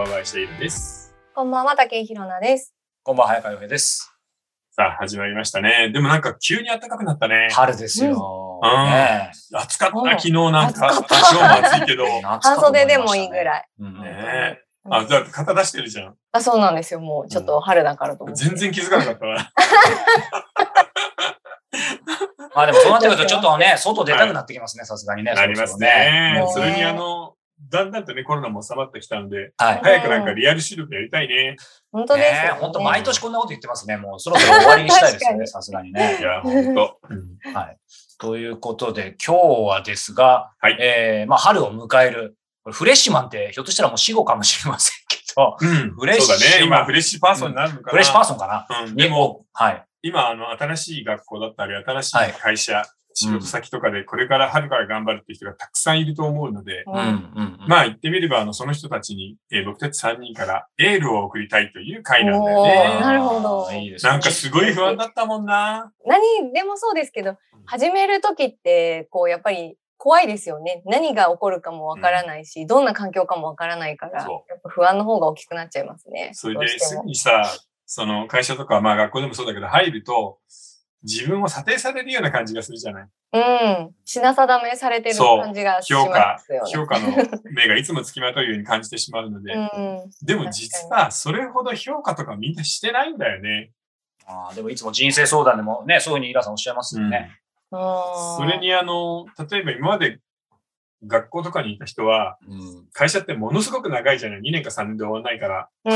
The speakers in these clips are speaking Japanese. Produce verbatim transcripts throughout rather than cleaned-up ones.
ばんは、石田ゆうです。 こんばんは、竹井ひろなです。 こんばんは、早川洋平です。 さあ、始まりましたね。でもなんか急に暖かくなったね。 春ですよ。 うん。 ね、 暑かった、昨日なんか、多少も暑いけど。 半袖でもいいぐらい。 うん、ねあ、だって肩出してるじゃん。 あ、そうなんですよ。もうちょっと春だからと思って。 うん、全然気づかなかったわ。 まあでもそうなってくるとちょっとね、外出たくなってきますね、さすがにね。 なりますね。それにあの、だんだんとね、コロナも収まってきたんで、はい、早くなんかリアル収録やりたいね。 本当ですね。 本当毎年こんなこと言ってますね。もうそろそろ終わりにしたいですよね、さすがにね。 いや、本当、 うん。はい。ということで、今日はですが、はい、えー、まあ春を迎える。これフレッシュマンってひょっとしたらもう死語かもしれませんけど、 うん、フレッシュマン。そうだね。今フレッシュパーソンになるのかな。 フレッシュパーソンかな。 うん、でも、はい。今、あの、新しい学校だったり、新しい会社、はい、仕事先とかで、これから春から頑張るっていう人がたくさんいると思うので、うんうんうん、まあ言ってみれば、あの、その人たちに、えー、僕たちさんにんからエールを送りたいという回なんだよね。 なるほど。 なんかすごい不安だったもんな。 何でもそうですけど、始めるときって、こう、やっぱり怖いですよね。何が起こるかもわからないし、うん、どんな環境かもわからないから、やっぱ不安の方が大きくなっちゃいますね。 それですぐにさ、その会社とか、まあ学校でもそうだけど、入ると、自分を査定されるような感じがするじゃない。 うん。品定めされてる感じがしますよね。 評価、評価の目がいつもつきまとうように感じてしまうので。うん、でも実は、それほど評価とかみんなしてないんだよね。 ああ、でもいつも人生相談でもね、そういうふうにイラさんおっしゃいますよね。 うん、それにあの、例えば今まで学校とかにいた人は、うん、会社ってものすごく長いじゃない。にねんかさんねんで終わらないから。 うん。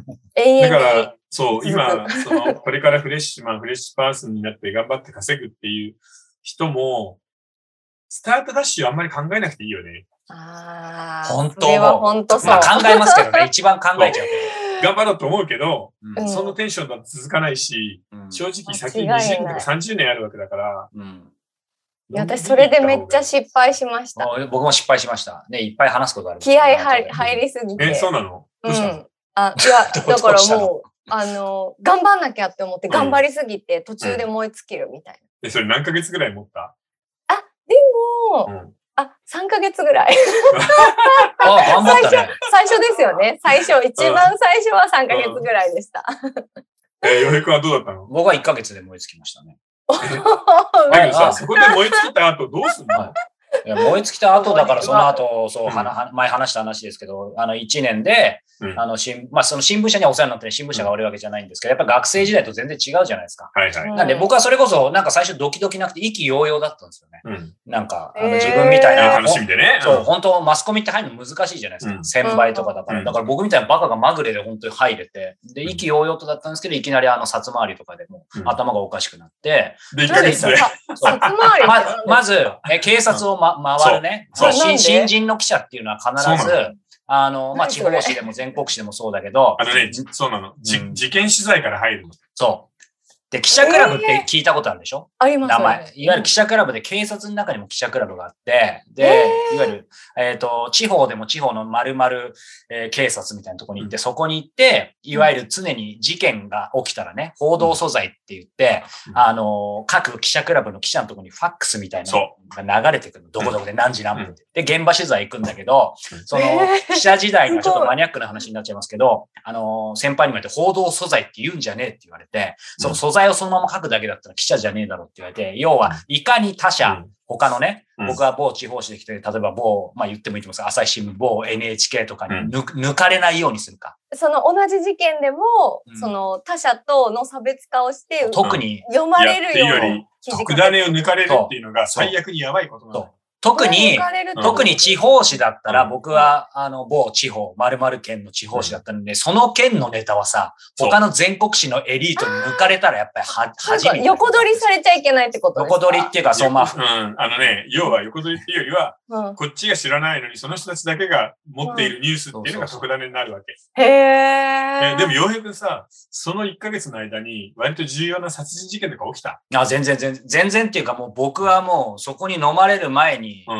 永遠に。 だから、そう、今、その、これからフレッシュマン、フレッシュパーソンになって頑張って稼ぐっていう人も、スタートダッシュあんまり考えなくていいよね。 ああ。 本当。 それは本当そう。 まあ考えますけどね。一番考えちゃうけど。頑張ろうと思うけど、うん、そのテンションだと続かないし、うん、正直先ににじゅうねんとかさんじゅうねんあるわけだから、うんいや私それでめっちゃ失敗しました。 僕も失敗しました。ね、いっぱい話すことある。 気合入入りすぎて。 え、そうなの？ どうしたの？うん、あ、いや、だからもう、あの、頑張んなきゃって思って頑張りすぎて途中で燃え尽きるみたいな。 え、それ何ヶ月ぐらい持った？ あ、でも、うん、あ、さんかげつぐらい。 あ、頑張ったね。 最初ですよね。最初、一番最初はさんかげつぐらいでした。 え、ヨヘ君はどうだったの？ 僕はいっかげつで燃え尽きましたね。 だけどさ、そこで燃え尽きた後どうすんの？ いや燃え尽きた後だからその後、そう、うん、前話した話ですけど、あのいちねんで、うん、あの新、まあその新聞社にはお世話になってる新聞社が悪いわけじゃないんですけど、やっぱ学生時代と全然違うじゃないですか。 はいはい。 なんで僕はそれこそなんか最初ドキドキなくて意気揚々だったんですよね。うん、なんか、あの自分みたいな。 楽しみでね。 そう、本当マスコミって入るの難しいじゃないですか。うん、先輩とかだから。うん、だから僕みたいなバカがまぐれで本当に入れて、で、意気揚々とだったんですけど、いきなりあの札回りとかでも頭がおかしくなって、 で、いっかげつで。 札回りままず、え警察を、ま、回るね。そう新新人の記者っていうのは必ず、あの、まあ、地方紙でも全国紙でもそうだけど。 あのね、そうなの。じ、うん、事件取材から入るの。 そう。で、記者クラブって聞いたことあるでしょ？ あります。 名前。いわゆる記者クラブで警察の中にも記者クラブがあって、で、いわゆる、えっと、地方でも地方の丸々、えー、警察みたいなところに行って、うん、そこに行って、いわゆる常に事件が起きたらね、報道素材って言って、うん、あの、各記者クラブの記者のところにファックスみたいなのが流れてくるの。どこどこで何時何分って。で、現場取材行くんだけど、その、記者時代のちょっとマニアックな話になっちゃいますけど、あの、先輩にも言われて、報道素材って言うんじゃねえって言われて、その素材をそのまま書くだけだったら記者じゃねえだろって言われて、要は、いかに他社、うん、他のね、うん、僕は某地方紙で来て、例えば某、まあ言ってもいいと思いますが、朝日新聞、某 エヌエイチケー とかに抜、うん、抜かれないようにするか。 その同じ事件でも、うん、その他社との差別化をして、 特に読まれるように。 特ダネを抜かれるっていうのが最悪にやばいことなの。 特に、特に地方紙だったら、僕は、あの、某地方、〇〇県の地方紙だったので、その県のネタはさ、他の全国紙のエリートに抜かれたら、やっぱりは、初めて。 横取りされちゃいけないってことですか？ 横取りっていうか、そう、まあ。 うん、あのね、要は横取りっていうよりは、うん、こっちが知らないのに、その人たちだけが持っているニュースっていうのが特ダネになるわけ。 へー。 でも、洋平くんさ、そのいっかげつの間に、割と重要な殺人事件とか起きた？ あ、全然、全然、全然っていうか、もう僕はもう、そこに飲まれる前に、うん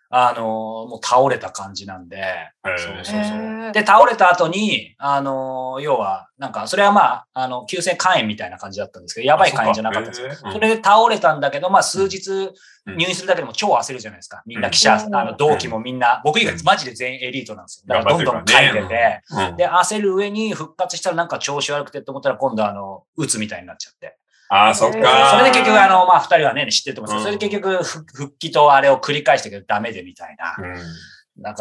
あの、もう倒れた感じなんで、そうそうそう。で、倒れた後に、あの、要は、なんか、それはまあ、あの、急性肝炎みたいな感じだったんですけど、やばい肝炎じゃなかったんですけど、そ, それで倒れたんだけど、まあ、数日入院するだけでも超焦るじゃないですか。みんな記者、あの、同期もみんな、僕以外マジで全員エリートなんですよ。だからどんどん書いてて、で、焦る上に復活したらなんか調子悪くてって思ったら、今度あの、うつみたいになっちゃって。 ああ、そっか。 それで結局、あの、まあ、二人はね、知ってると思うんですけど、それで結局、復帰とあれを繰り返したけどダメでみたいな。うん、だから。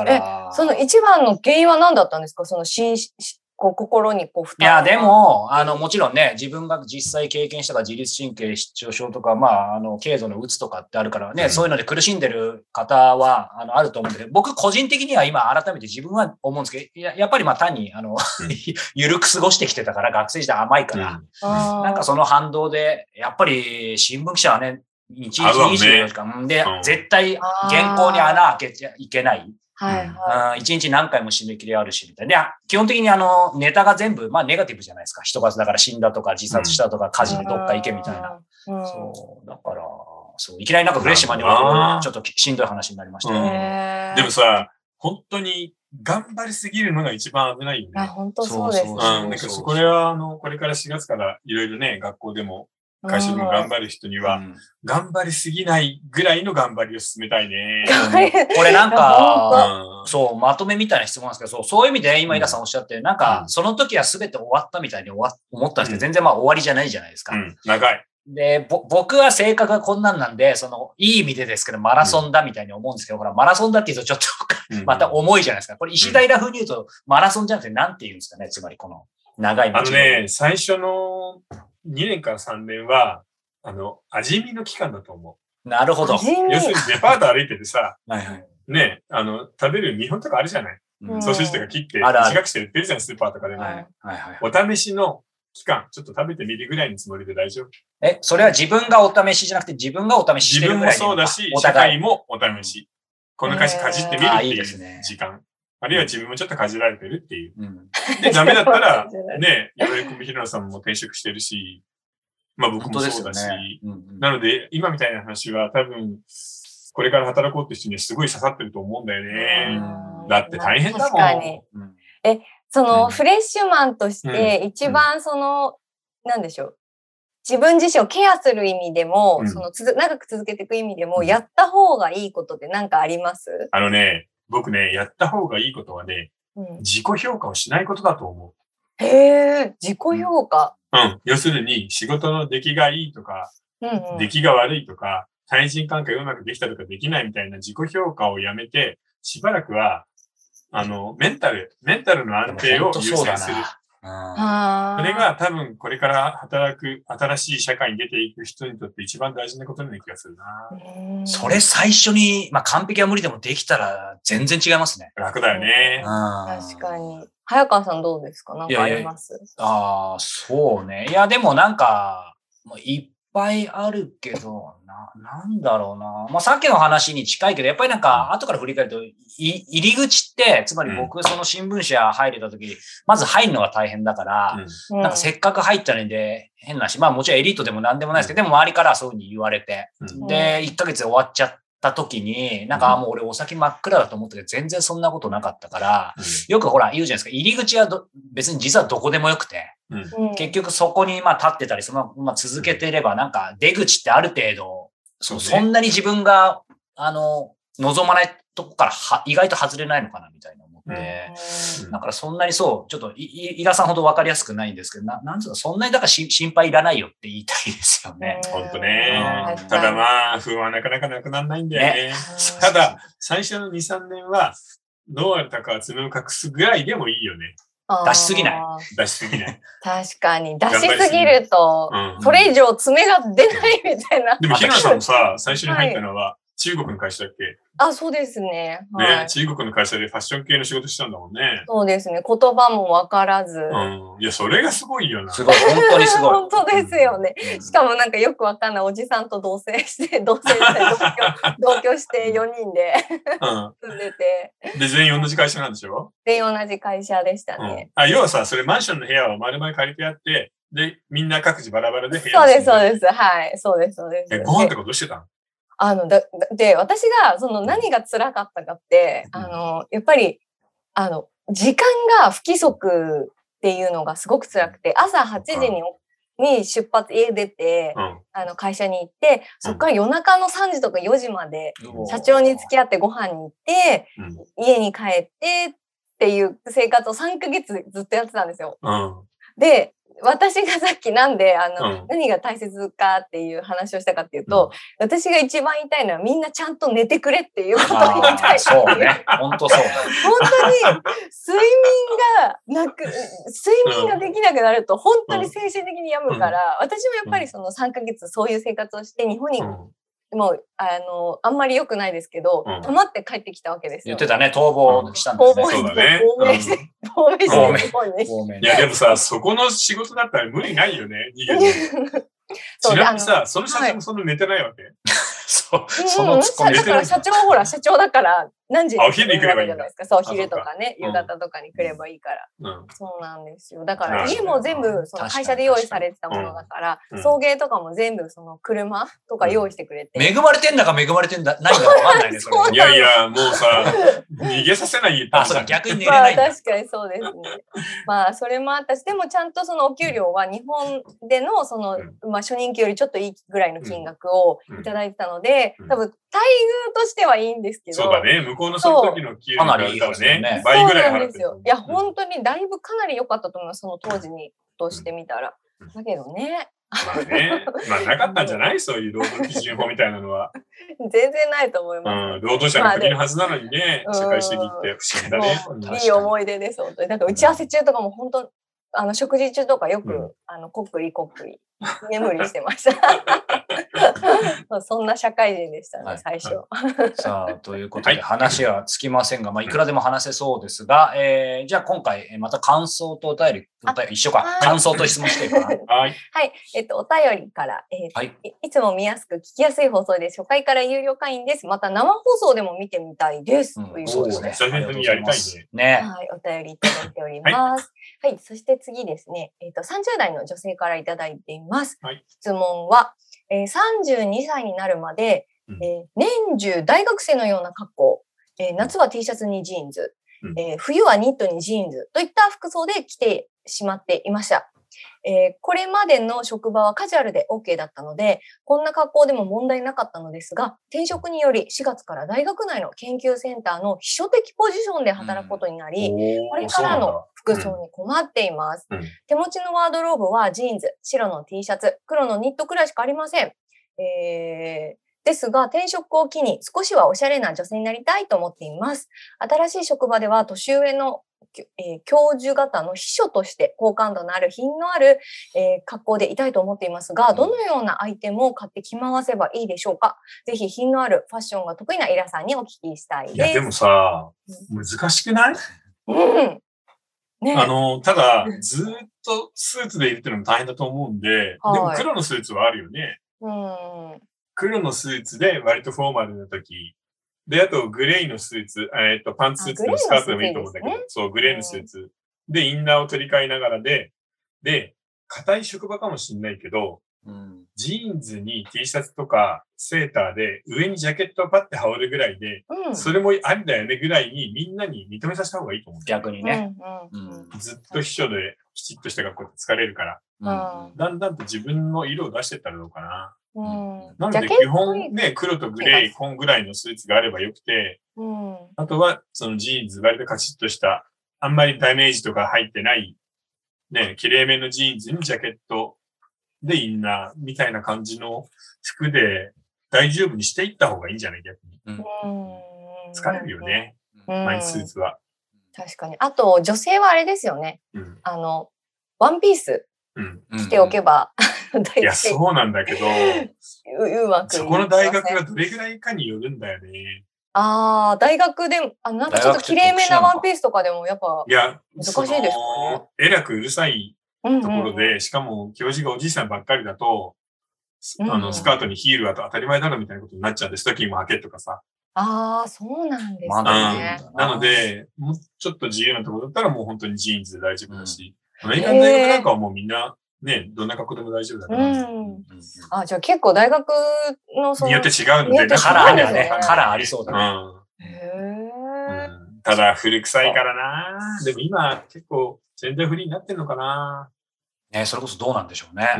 え、その一番の原因は何だったんですか？その心、こう心にこう負担。 いや、でも、あの、もちろんね、自分が実際経験したか自律神経失調症とか、まあ、あの、軽度のうつとかってあるからね、うん、そういうので苦しんでる方は、あの、あると思うんだけど、僕個人的には今改めて自分は思うんですけど、や, やっぱりまあ単に、あの、うん、ゆるく過ごしてきてたから、学生時代甘いから、うん、なんかその反動で、やっぱり新聞記者はね、いちにちにじゅうよじかんで、うん、絶対原稿に穴開けちゃいけない。 はいはい。 一日何回も締め切りあるし、みたいな。基本的にあの、ネタが全部、まあネガティブじゃないですか。人がだから死んだとか自殺したとか、火事でどっか行けみたいな。うん、そう。だから、そう。いきなりなんかフレッシュマンにはちょっとしんどい話になりましたね。 うん、でもさ、本当に頑張りすぎるのが一番危ないよね。 あ、本当そうですね。うん。 なんかそこれは、あの、これからしがつからいろいろね、学校でも、会社でも頑張る人には、うん、頑張りすぎないぐらいの頑張りを進めたいね。 これなんか、そう、まとめみたいな質問なんですけど、そう、そういう意味で今、井田さんおっしゃって、なんか、その時は全て終わったみたいに思ったんですけど、全然まあ終わりじゃないじゃないですか。 うん、長い。 で、ぼ、僕は性格がこんなんなんで、その、いい意味でですけど、マラソンだみたいに思うんですけど、うん、ほら、マラソンだって言うとちょっと、また重いじゃないですか。これ、石平風に言うと、マラソンじゃなくて、なんて言うんですかね、つまりこの、長い道。 あのね、最初のにねんからさんねんは、あの、味見の期間だと思う。なるほど。 要するにデパート歩いててさ、 はいはい、 ね、あの、食べる見本とかあるじゃない、うん、ソーセージとか切って、短くして売ってるじゃん、スーパーとかでも。はいはいはい、お試しの期間、ちょっと食べてみるぐらいのつもりで大丈夫。 え、それは自分がお試しじゃなくて自分がお試ししてるぐらい。 自分もそうだし、社会もお試し。この菓子かじってみるっていう時間。あるいは自分もちょっとかじられてるっていう。うん、で、ダメだったら、ね、岩井君、平野さんも転職してるし、まあ僕もそうだし、ねうんうん、なので今みたいな話は多分これから働こうって人にはすごい刺さってると思うんだよね。だって大変だもん。 確かに。え、その、うん、フレッシュマンとして一番その、うん、なんでしょう。自分自身をケアする意味でも、うん、そのつづ長く続けていく意味でも、うん、やった方がいいことって何かあります？ あのね、僕ね、やった方がいいことはね、うん、自己評価をしないことだと思う。 へー、自己評価。 うん。要するに、仕事の出来がいいとか、うんうん、出来が悪いとか、対人関係うまくできたとかできないみたいな自己評価をやめて、しばらくは、あの、メンタル、メンタルの安定を優先する。それが多分これから働く新しい社会に出ていく人にとって一番大事なことな気がするな。 それ最初に、まあ完璧は無理でもできたら全然違いますね。 楽だよね。 確かに。早川さんどうですか？なんかあります？ いやいやああ、そうね。いやでもなんか、いっぱいあるけど、な、なんだろうな。まあさっきの話に近いけど、やっぱりなんか後から振り返ると、い入り口って、つまり僕その新聞社入れた時、まず入るのが大変だから、うん、なんかせっかく入ったので変なし、まあもちろんエリートでも何でもないですけど、でも周りからはそういうふうに言われて、うん、で、いっかげつで終わっちゃって、た時に、なんか、もう俺お先真っ暗だと思ったけど、全然そんなことなかったから、うん、よくほら言うじゃないですか、入り口はど別に実はどこでもよくて、うん、結局そこにまあ立ってたり、そのまま続けていれば、なんか出口ってある程度、そ, うそんなに自分が、あの、望まないとこからは意外と外れないのかなみたいな思って、うん、だからそんなにそう、ちょっと伊賀さんほど分かりやすくないんですけど、ななんつうの、そんなにだからし心配いらないよって言いたいですよね。 本当ね。ただまあ、不安はなかなかなくならないんだよね。ねただ、最初のに、さんねんは、どうやったか爪を隠すぐらいでもいいよね。 出しすぎない。 出しすぎない。 確かに。出しすぎると、それ以上爪が出ないみたいな。 でも、平野さんもさ、最初に入ったのは、はい中国の会社だっけ？ あ、そうですね。 はい、ね、中国の会社でファッション系の仕事したんだもんね。 そうですね。言葉もわからず。 うん。いや、それがすごいよな。 すごい。本当にすごい。 本当ですよね。うん、しかもなんかよくわかんないおじさんと同棲して、同棲して同居、同居してよにんで住んでて。 で、全員同じ会社なんでしょ？ 全員同じ会社でしたね。 うん、あ、要はさ、それマンションの部屋を丸々借りてあって、で、みんな各自バラバラで部屋をそうです、そうです。はい。そうです、そうです。 え、ご飯とかどうしてたの？ あの、だ、で、私が、その何が辛かったかって、あの、やっぱり、あの、時間が不規則っていうのがすごく辛くて、朝はちじに、に出発、家出て、うん、あの、会社に行って、そこから夜中のさんじとかよじまで、社長に付き合ってご飯に行って、うん、家に帰ってっていう生活をさんかげつずっとやってたんですよ。うん、で、私がさっきなんで、あの、うん、何が大切かっていう話をしたかっていうと、うん、私が一番言いたいのはみんなちゃんと寝てくれっていうことを言いたい。 そうね。本当そうね。 本当に、睡眠がなく、睡眠ができなくなると本当に精神的に病むから、うん、私もやっぱりそのさんかげつそういう生活をして日本に、うんもう、あの、あんまり良くないですけど、うん、泊まって帰ってきたわけですよ。 言ってたね、逃亡したんですね。 そうだね。 亡命して、亡命して日本に。 いや、でもさ、そこの仕事だったら無理ないよね、逃げる。ちなみにさ、その社長もそんな寝てないわけ、はい、 そう、そのツッコミ。 だから社長はほら、社長だから、何時にお昼に来ればいいじゃないですか。そう、昼とかね、夕方とかに来ればいいから。うん、そうなんですよ。だから、家も全部、その会社で用意されてたものだから、うん、送迎とかも全部、その車とか用意してくれて。 恵まれてんだか恵まれてんだ、ないんだかわかんないね、それ。 いやいや、もうさ、逃げさせない。 あ、そうか、逆に寝れないんだ。 まあ、確かにそうですね。まあ、それもあったし、でもちゃんとそのお給料は日本での、その、まあ、初任給よりちょっといいぐらいの金額をいただいてたので、多分、待遇としてはいいんですけど。 そうだね。向こうのその時の給料がね、倍ぐらい払ってる。 そうなんですよ。いや、本当にだいぶかなり良かったと思います。その当時にとしてみたら。だけどね。 まあね。まあなかったんじゃないそういう労働基準法みたいなのは。 全然ないと思います。 うん、労働者の国のはずなのにね、まあ、社会主義って不思議だね。 いい思い出です、本当に。なんか打ち合わせ中とかも本当、あの、食事中とかよく、うん、あの、こっくりこっくり、眠りしてました。そんな社会人でしたね、はい、最初。 はい、さあ、ということで話はつきませんが、まあ、いくらでも話せそうですが、えー、じゃあ今回、また感想とお便り、お便り一緒か。感想と質問していいかな。 はい。 はい。えっと、お便りから、えーはい、いつも見やすく聞きやすい放送で初回から有料会員です。また生放送でも見てみたいです。 うん、 というそうですね。 久々にやりたいね。 はい。お便りいただいております。はい、はい。そして次ですね。えっと、さんじゅう代の女性からいただいています。はい、質問は、えー、さんじゅうにさいになるまで、うんえー、年中大学生のような格好、えー、夏は T シャツにジーンズ、うんえー、冬はニットにジーンズといった服装で着てしまっていました。えー、これまでの職場はカジュアルで OK だったので、こんな格好でも問題なかったのですが、転職によりしがつから大学内の研究センターの秘書的ポジションで働くことになり、うん、これからの服装に困っています。うん、手持ちのワードローブはジーンズ、白の T シャツ、黒のニットくらいしかありません。えーですが、転職を機に少しはおしゃれな女性になりたいと思っています。新しい職場では年上の、えー、教授方の秘書として好感度のある品のある、えー、格好でいたいと思っていますが、どのようなアイテムを買って着回せばいいでしょうか。ぜひ品のあるファッションが得意なイラさんにお聞きしたいです。いや、 でもさ、難しくない？ うん。 ね、あの、ただ、ずっとスーツでいるっていうのも大変だと思うんで、はい、でも黒のスーツはあるよね。 うん黒のスーツで割とフォーマルな時。で、あとグレーのスーツ、えっと、パンツスーツでもスカートでもいいと思うんだけど、ね、そう、グレーのスーツ。で、インナーを取り替えながらで、で、硬い職場かもしんないけど、うん、ジーンズに T シャツとかセーターで上にジャケットをパッて羽織るぐらいで、うん、それもありだよねぐらいにみんなに認めさせた方がいいと思う。 逆にね。 うんうん、ずっと秘書できちっとした格好で疲れるから、うん、だんだんと自分の色を出していったらどうかな。うん、なので基本ね、黒とグレー、紺ぐらいのスーツがあればよくて、うん、あとはそのジーンズ、割とカチッとした、あんまりダメージとか入ってない、ね、綺麗めのジーンズにジャケットでインナーみたいな感じの服で大丈夫にしていった方がいいんじゃない逆に。うん、疲れるよね、うん、マイスーツは。 確かに。あと、女性はあれですよね。うん、あの、ワンピース着ておけば、 うん、いや、そうなんだけど、 う, うまくそこの大学がどれぐらいかによるんだよね。 ああ、大学でも、あなんかちょっと綺麗めなワンピースとかでもやっぱ、 いや、 難しいですかね。 えらくうるさいところで、うんうん、しかも教授がおじいさんばっかりだと、うんうん、あの、スカートにヒールは当たり前だろみたいなことになっちゃうんで、ストッキングも履けとかさ。 ああ、そうなんですね。まだなので、もうちょっと自由なところだったらもう本当にジーンズで大丈夫だし、アメリカの大学なんかはもうみんなね、どんな格好でも大丈夫だから。うん、 あ、じゃあ結構大学のそのによって違うので、 カラーがね、カラーありそうだね。 うん、へー、うん、ただ古臭いからな。でも今結構ジェンダーフリーになってんのかな。 ね、それこそどうなんでしょうね。 うん。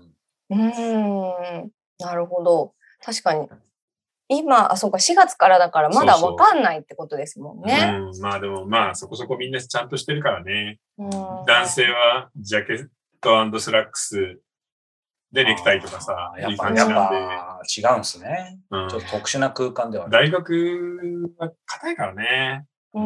うん、なるほど。確かに。今、あ、そうか、しがつからだからまだわかんないってことですもんね。 そうそう、うん、まあでもまあそこそこみんなちゃんとしてるからね。うん、男性はジャケット&スラックスでネクタイとかさ、 やっぱ、やっぱ違うんですね、うん。ちょっと特殊な空間ではある。 大学は硬いからね。 うん、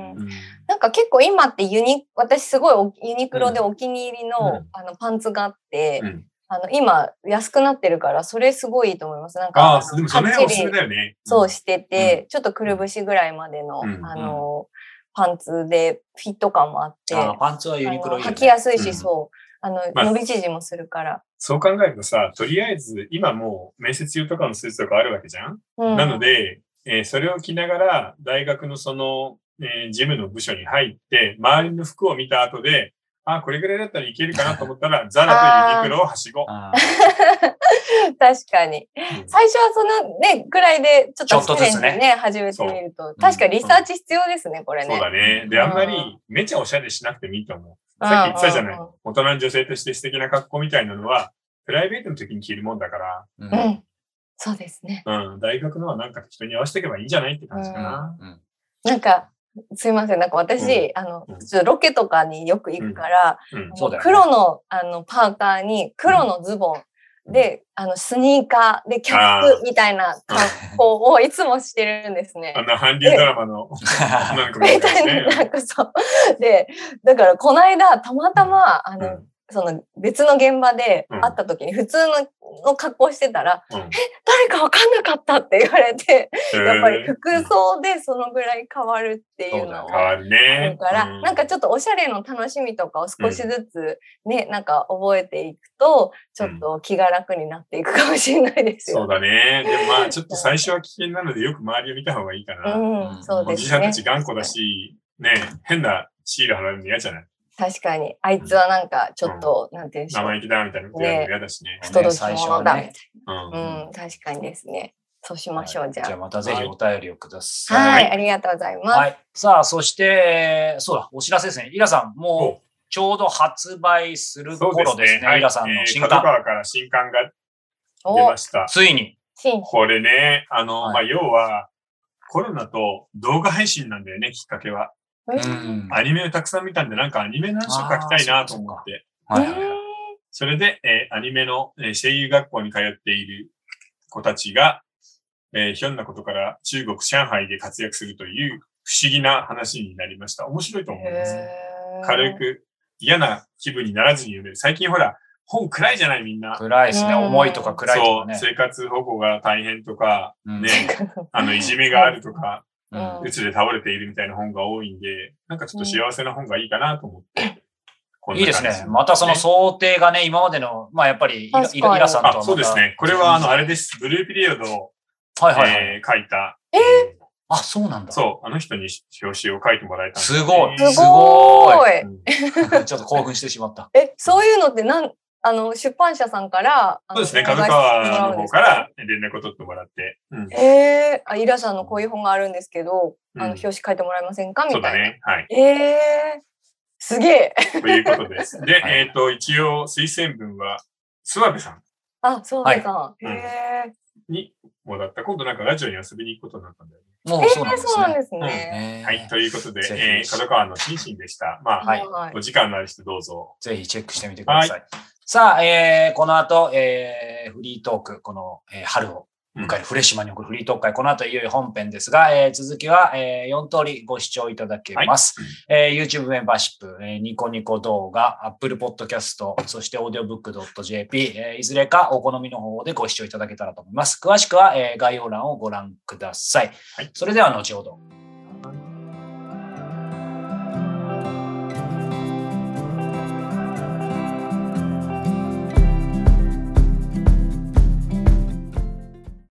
うん、なんか結構今ってユニ、私すごいユニクロでお気に入りの、うん、あのパンツがあって、うん、あの今安くなってるからそれすごいいいと思います。なんかああ、でもそれおすすめだよね。 そうしてて、うん、ちょっとくるぶしぐらいまでの、うん、あのパンツでフィット感もあって、 あパンツはユニクロいい、ね、 履きやすいし、うん、そうあの、まあ、伸び縮みもするから。 そう考えるとさ、とりあえず今もう面接用とかのスーツとかあるわけじゃん、うん、なので、えー、それを着ながら大学のその、えー、ジムの部署に入って周りの服を見た後で、あ、これぐらいだったらいけるかなと思ったら、ザラとユニクロをはしご。 確かに、うん。最初はそのね、ぐらいで、ちょっとストレンジね、始めてみると。確かにリサーチ必要ですね、うん、これね。 そうだね。で、あんまりめちゃおしゃれしなくてもいいと思う。さっき言ってたじゃない。大人の女性として素敵な格好みたいなのは、プライベートの時に着るもんだから。 うん。うん、そうですね。 うん。大学のはなんか人に合わせていけばいいんじゃないって感じかな。 うんうん、なんか、すいません。なんか私、うん、あの、ちょっとロケとかによく行くから、うんうん、黒の、あの、パーカーに黒のズボン、うん、で、あの、スニーカーでキャップみたいな格好をいつもしてるんですね。 あの、韓流ドラマの、 なんかみたいな、なんかそう。で、だからこの間、たまたま、あの、うんその別の現場で会った時に普通の、の格好してたら、うん、え、誰かわかんなかったって言われて、やっぱり服装でそのぐらい変わるっていうのがあるから、うん、なんかちょっとおしゃれの楽しみとかを少しずつね、うん、なんか覚えていくと、ちょっと気が楽になっていくかもしれないですよ、 ね。そうだね。でもまあちょっと最初は危険なのでよく周りを見た方がいいかな。 うん、そうですね。おじさんたち頑固だし、ね、変なシール貼られるの嫌じゃない？ 確かに。あいつはなんか、ちょっと、うん、なんていうんでしょう。 生意気だ、みたいなことやるの嫌だしね。 不届き者だ、みたいな。うん、確かにですね。そうしましょう、はい、じゃあ。 じゃあまたぜひお便りをください。 はい、はい、ありがとうございます。はい。 さあ、そして、そうだ、お知らせですね。イラさん、もう、ちょうど発売する頃ですね。すねはい、イラさんの新刊。 角川から新刊が出ました。 ついに。 これね、あの、はい、まあ、要は、コロナと動画配信なんだよね、きっかけは。うん、アニメをたくさん見たんで、なんかアニメ何章書きたいなと思って。はいはいはい、それで、えー、アニメの、えー、声優学校に通っている子たちが、えー、ひょんなことから中国、上海で活躍するという不思議な話になりました。面白いと思います。軽く嫌な気分にならずに読める。最近ほら、本暗いじゃないみんな。 暗いですね。重いとか暗いとかね。 そう、生活保護が大変とか、うん、ね、あの、いじめがあるとか。うん、うつで倒れているみたいな本が多いんで、なんかちょっと幸せな本がいいかなと思って。 うん、いいですね。またその想定がね、今までの、まあやっぱりイラ、イラさんとはまた。 そうですね。これはあの、あれです。ブルーピリオドを、はいはいはいえー、書いた。 えー、 あ、そうなんだ。 そう。あの人に表紙を書いてもらえたんです、 ね。すごい。 すごい。 うん、ちょっと興奮してしまった。 え、そういうのってなん、あの、出版社さんから、 そうですね、角川の方から連絡を取ってもらって。 うん、えー、あ、イラさんのこういう本があるんですけど、うん、あの、表紙書いてもらえませんかみたいな。 そうだね、はい。 えー、すげえ。 ということです。で、えっと、一応、推薦文は、諏訪部さん。 あ、諏訪部さん。はい、 えー。に、もらった。今度なんかラジオに遊びに行くことになったんだよね。 もうそうなんですね。 えー、そうなんですね。 うん、はい、ということで、えー、角川の心身でした。まあ、はい、お時間のある人どうぞ。 ぜひチェックしてみてください。はい、さあ、えー、この後、えー、フリートーク、この、えー、春を迎えるフレッシュマンに送るフリートーク会、この後いよいよ本編ですが、えー、続きは、えー、よん通りご視聴いただけます。はい、えー、YouTube メンバーシップ、えー、ニコニコ動画、Apple Podcast、そして オーディオブックドットジェーピー、えー、いずれかお好みの方でご視聴いただけたらと思います。詳しくは、えー、概要欄をご覧ください。はい、それでは後ほど。